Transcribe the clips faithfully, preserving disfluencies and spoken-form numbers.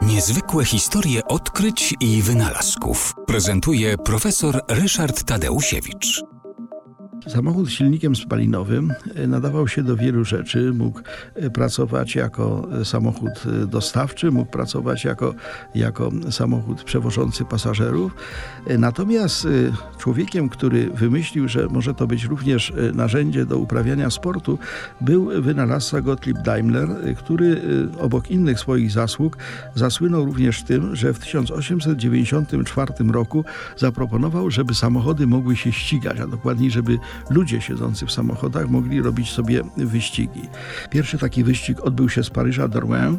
Niezwykłe historie odkryć i wynalazków prezentuje profesor Ryszard Tadeusiewicz. Samochód z silnikiem spalinowym nadawał się do wielu rzeczy. Mógł pracować jako samochód dostawczy, mógł pracować jako, jako samochód przewożący pasażerów. Natomiast człowiekiem, który wymyślił, że może to być również narzędzie do uprawiania sportu, był wynalazca Gottlieb Daimler, który obok innych swoich zasług zasłynął również tym, że w tysiąc osiemset dziewięćdziesiątym czwartym roku zaproponował, żeby samochody mogły się ścigać, a dokładniej, żeby ludzie siedzący w samochodach mogli robić sobie wyścigi. Pierwszy taki wyścig odbył się z Paryża do Rouen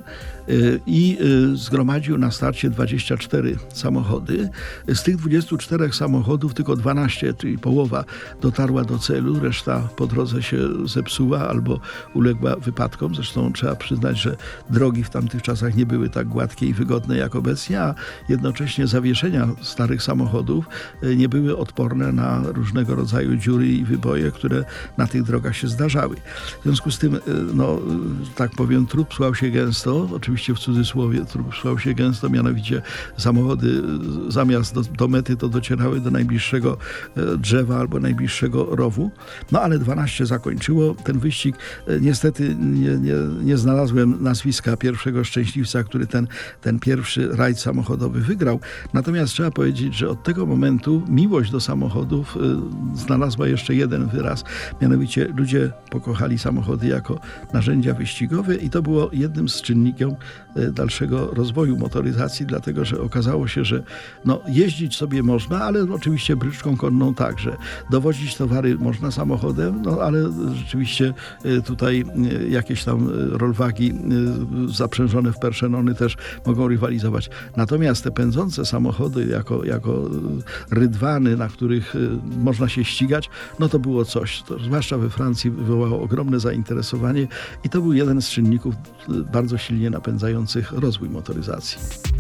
i zgromadził na starcie dwadzieścia cztery samochody. Z tych dwudziestu czterech samochodów tylko dwanaście, czyli połowa, dotarła do celu, reszta po drodze się zepsuła albo uległa wypadkom. Zresztą trzeba przyznać, że drogi w tamtych czasach nie były tak gładkie i wygodne jak obecnie, a jednocześnie zawieszenia starych samochodów nie były odporne na różnego rodzaju dziury i wyboje, które na tych drogach się zdarzały. W związku z tym, no, tak powiem, trup słał się gęsto, oczywiście w cudzysłowie trup słał się gęsto, mianowicie samochody zamiast do, do mety to docierały do najbliższego drzewa albo najbliższego rowu. No ale dwanaście zakończyło ten wyścig. Niestety nie, nie, nie znalazłem nazwiska pierwszego szczęśliwca, który ten, ten pierwszy rajd samochodowy wygrał. Natomiast trzeba powiedzieć, że od tego momentu miłość do samochodów znalazła jeszcze jeden wyraz. Mianowicie ludzie pokochali samochody jako narzędzia wyścigowe i to było jednym z czynników dalszego rozwoju motoryzacji, dlatego że okazało się, że no, jeździć sobie można, ale oczywiście bryczką konną także. Dowozić towary można samochodem, no ale rzeczywiście tutaj jakieś tam rolwagi zaprzężone w perszenony też mogą rywalizować. Natomiast te pędzące samochody jako, jako rydwany, na których można się ścigać, no to było coś, to zwłaszcza we Francji wywołało ogromne zainteresowanie i to był jeden z czynników bardzo silnie napędzających rozwój motoryzacji.